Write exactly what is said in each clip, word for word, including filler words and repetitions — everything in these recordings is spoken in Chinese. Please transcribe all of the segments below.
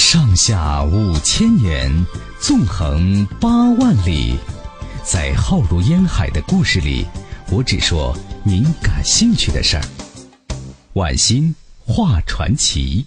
上下五千年，纵横八万里，在浩如烟海的故事里，我只说您感兴趣的事儿。晚星话传奇。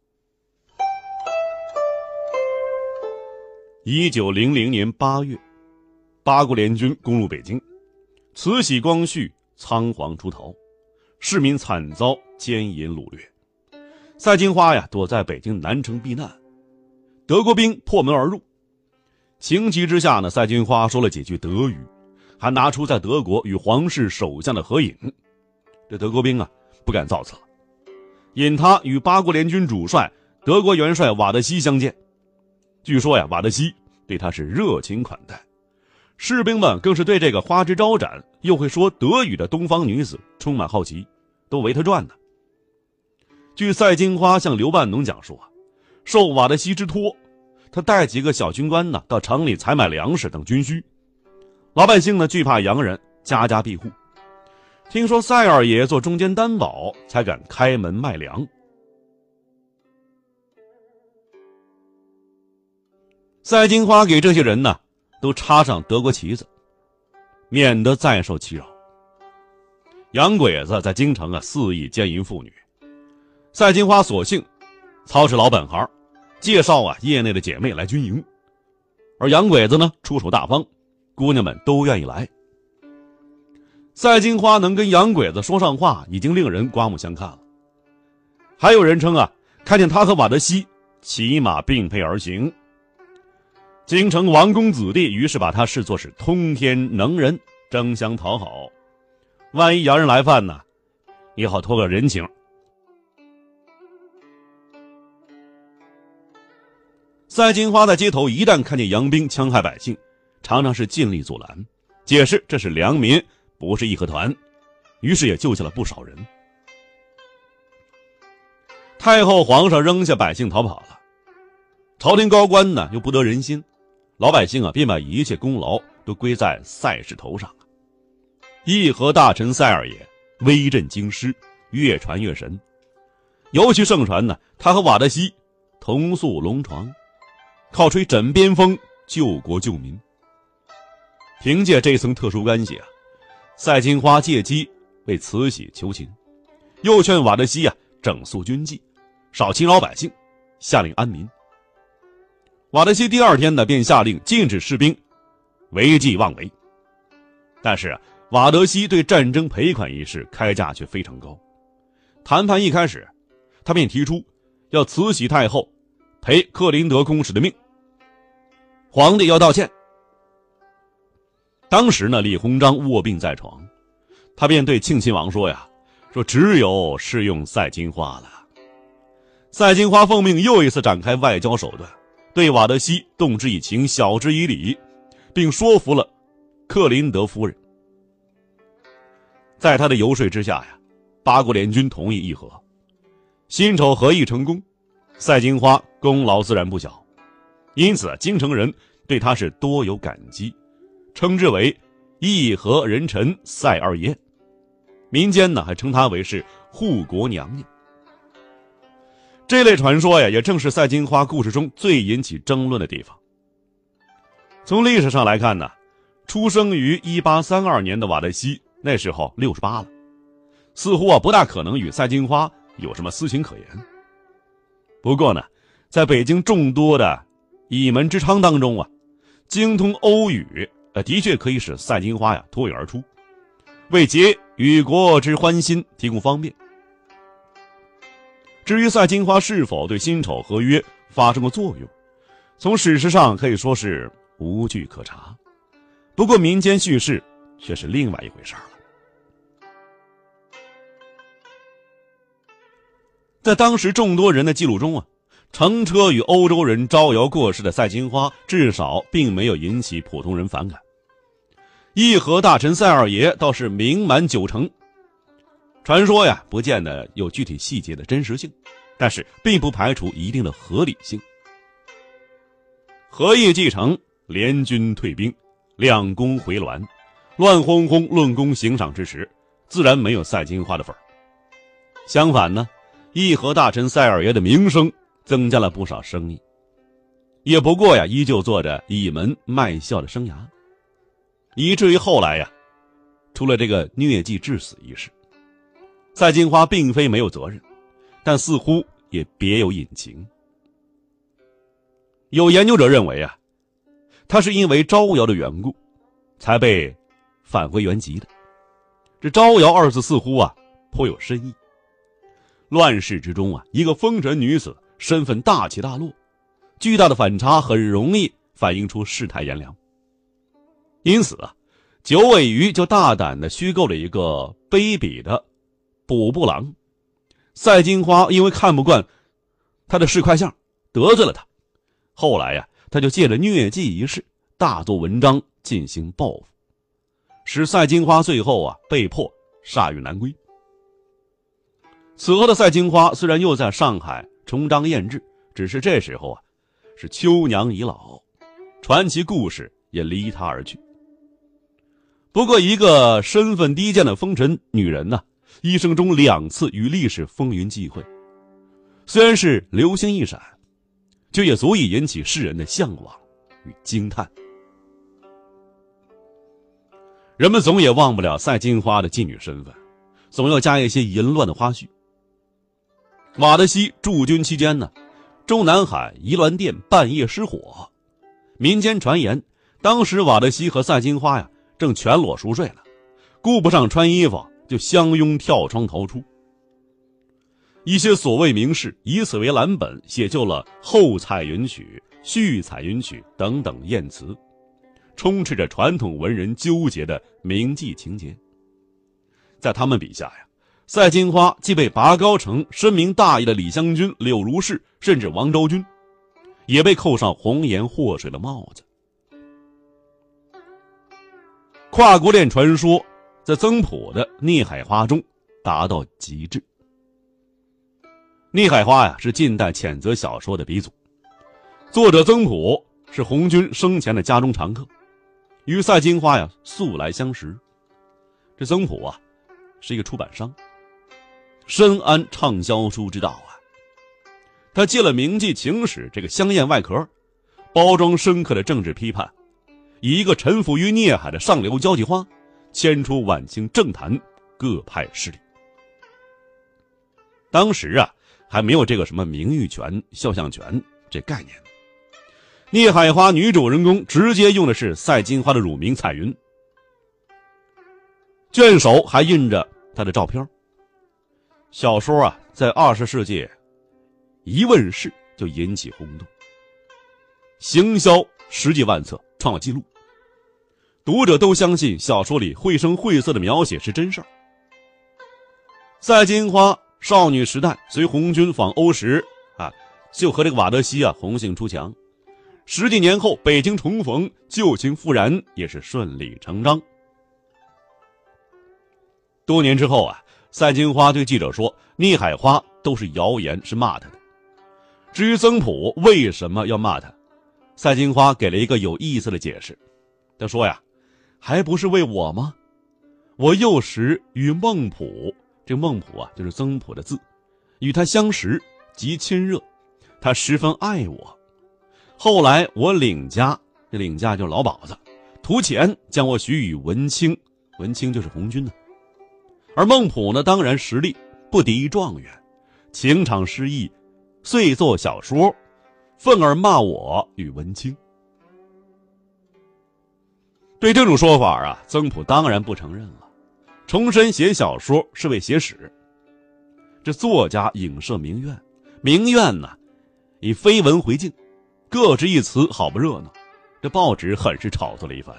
一九零零年八月，八国联军攻入北京，慈禧光绪仓皇出逃，市民惨遭奸淫掳掠。赛金花呀，躲在北京南城避难。德国兵破门而入，情急之下呢，赛金花说了几句德语，还拿出在德国与皇室首相的合影。这德国兵啊，不敢造次了，引他与八国联军主帅德国元帅瓦德西相见。据说呀，瓦德西对他是热情款待，士兵们更是对这个花枝招展又会说德语的东方女子充满好奇，都围他转呢。据赛金花向刘半农讲述啊，受瓦德西之托，他带几个小军官呢到城里采买粮食等军需，老百姓呢惧怕洋人，家家庇护。听说赛二爷做中间担保，才敢开门卖粮。赛金花给这些人呢都插上德国旗子，免得再受其扰。洋鬼子在京城啊肆意奸淫妇女，赛金花索性操持老本行，介绍啊业内的姐妹来军营，而洋鬼子呢出手大方，姑娘们都愿意来。赛金花能跟洋鬼子说上话，已经令人刮目相看了。还有人称啊，看见他和瓦德西骑马并辔而行。京城王公子弟于是把他视作是通天能人，争相讨好。万一洋人来犯呢，也好托个人情。赛金花在街头一旦看见洋兵戕害百姓，常常是尽力阻拦，解释这是良民，不是义和团，于是也救下了不少人。太后皇上扔下百姓逃跑了，朝廷高官呢又不得人心，老百姓啊便把一切功劳都归在赛氏头上。义和大臣赛二爷威震京师，越传越神，尤其盛传呢，他和瓦德西同宿龙床，靠吹枕边风救国救民。凭借这层特殊关系啊，赛金花借机为慈禧求情，又劝瓦德西啊整肃军纪，少侵扰百姓，下令安民。瓦德西第二天呢便下令禁止士兵违纪妄为。但是啊，瓦德西对战争赔款一事开价却非常高。谈判一开始，他便提出要慈禧太后赔克林德公使的命，皇帝要道歉。当时呢，李鸿章卧病在床，他便对庆亲王说呀，说只有适用赛金花了。赛金花奉命又一次展开外交手段，对瓦德西动之以情，晓之以理，并说服了克林德夫人。在他的游说之下呀，八国联军同意议和，辛丑和议成功，赛金花功劳自然不小，因此京城人对他是多有感激，称之为议和人臣赛二爷。民间呢还称他为是护国娘娘。这类传说呀，也正是赛金花故事中最引起争论的地方。从历史上来看呢，出生于一八三二年的瓦德西那时候六十八了，似乎啊不大可能与赛金花有什么私情可言。不过呢，在北京众多的倚门之娼当中啊，精通欧语呃的确可以使赛金花呀脱颖而出，为结与国之欢心提供方便。至于赛金花是否对辛丑合约发生过作用，从史实上可以说是无据可查，不过民间叙事却是另外一回事了。在当时众多人的记录中啊，乘车与欧洲人招摇过市的赛金花至少并没有引起普通人反感。议和大臣赛二爷倒是名满九成。传说呀不见得有具体细节的真实性，但是并不排除一定的合理性。和议既成，联军退兵，两宫回銮，乱哄哄论功行赏之时，自然没有赛金花的份儿。相反呢，议和大臣赛二爷的名声增加了不少生意， 也不过呀，依旧做着倚门卖笑的生涯，以至于后来呀，出了这个疟疾致死一事。赛金花并非没有责任，但似乎也别有隐情。有研究者认为啊，他是因为招摇的缘故，才被返回原籍的。这招摇二字似乎啊颇有深意。乱世之中啊，一个风尘女子身份大起大落，巨大的反差很容易反映出世态炎凉。因此啊，九尾鱼就大胆地虚构了一个卑鄙的补部郎。赛金花因为看不惯他的市侩相，得罪了他。后来呀、啊，他就借着疟疾一事大做文章进行报复，使赛金花最后啊被迫铩羽南归。此后的赛金花虽然又在上海重张艳质，只是这时候啊是秋娘已老，传奇故事也离他而去。不过一个身份低贱的风尘女人呢、啊，一生中两次与历史风云际会，虽然是流星一闪，却也足以引起世人的向往与惊叹。人们总也忘不了赛金花的妓女身份，总要加一些淫乱的花絮。瓦德西驻军期间呢，中南海宜銮殿半夜失火，民间传言当时瓦德西和赛金花呀正全裸熟睡呢，顾不上穿衣服就相拥跳窗逃出。一些所谓名士以此为蓝本，写就了后彩云曲、续彩云曲等等艳词，充斥着传统文人纠结的铭记情节。在他们笔下呀，赛金花既被拔高成深明大义的李香君、柳如是甚至王昭君，也被扣上红颜祸水的帽子。跨国恋传说在曾朴的《孽海花》中达到极致。孽海花呀，是近代谴责小说的鼻祖。作者曾朴是红军生前的家中常客，与赛金花呀素来相识。这曾朴啊，是一个出版商，深谙畅销书之道啊。他借了铭记情史这个香艳外壳，包装深刻的政治批判，以一个臣服于孽海的上流交际花，牵出晚清政坛各派势力。当时啊，还没有这个什么名誉权、肖像权这概念。孽海花女主人公直接用的是赛金花的乳名彩云，卷首还印着她的照片。小说啊，在二十世纪一问世就引起轰动，行销十几万册，创了纪录。读者都相信小说里绘声绘色的描写是真事儿。赛金花少女时代随红军访欧时啊，就和这个瓦德西啊红杏出墙。十几年后北京重逢，旧情复燃，也是顺理成章。多年之后啊，赛金花对记者说，孽海花都是谣言，是骂他的。至于曾朴为什么要骂他，赛金花给了一个有意思的解释。他说呀，还不是为我吗？我幼时与孟朴，这孟朴啊就是曾朴的字，与他相识极亲热，他十分爱我。后来我领家，这领家就是老鸨子，图钱将我许与文清，文清就是红军呢。而孟朴呢，当然实力不敌状元，情场失意，遂作小说，愤而骂我与文清。对这种说法啊，曾朴当然不承认了，重申写小说是为写史。这作家影射名苑，名苑呢以绯闻回敬，各执一词，好不热闹。这报纸很是炒作了一番。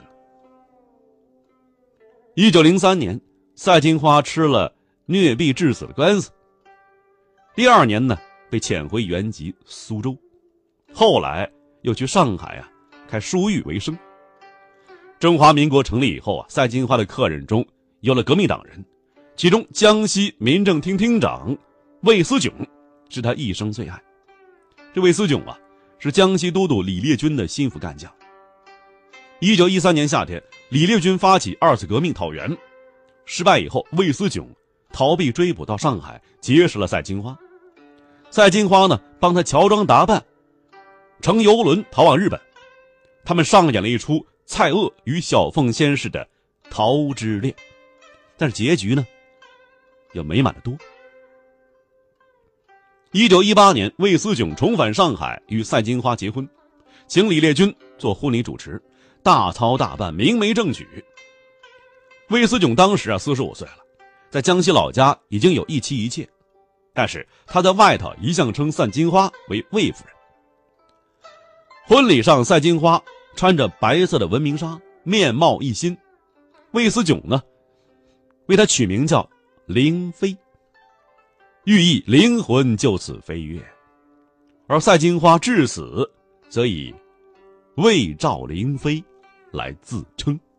一九零三年，赛金花吃了疟疾致死的官司，第二年呢被遣回原籍苏州，后来又去上海啊开书寓为生。中华民国成立以后啊，赛金花的客人中有了革命党人，其中江西民政厅厅长魏思炯是他一生最爱。这魏思炯啊是江西都督李烈钧的心腹干将。一九一三年夏天，李烈钧发起二次革命讨袁，失败以后，魏思炯逃避追捕到上海，结识了赛金花。赛金花呢帮他乔装打扮， 乘游轮逃往日本。他们上演了一出蔡锷与小凤仙式的桃之恋，但是结局呢，要美满得多。一九一八年，魏思炯重返上海与赛金花结婚，请李烈钧做婚礼主持，大操大办，明媒正娶。魏思炯当时啊四十五岁了，在江西老家已经有一妻一妾，但是他在外头一向称赛金花为魏夫人。婚礼上，赛金花穿着白色的文明纱，面貌一新。魏思炯呢，为她取名叫灵妃，寓意灵魂就此飞跃。而赛金花至死则以魏赵灵妃来自称。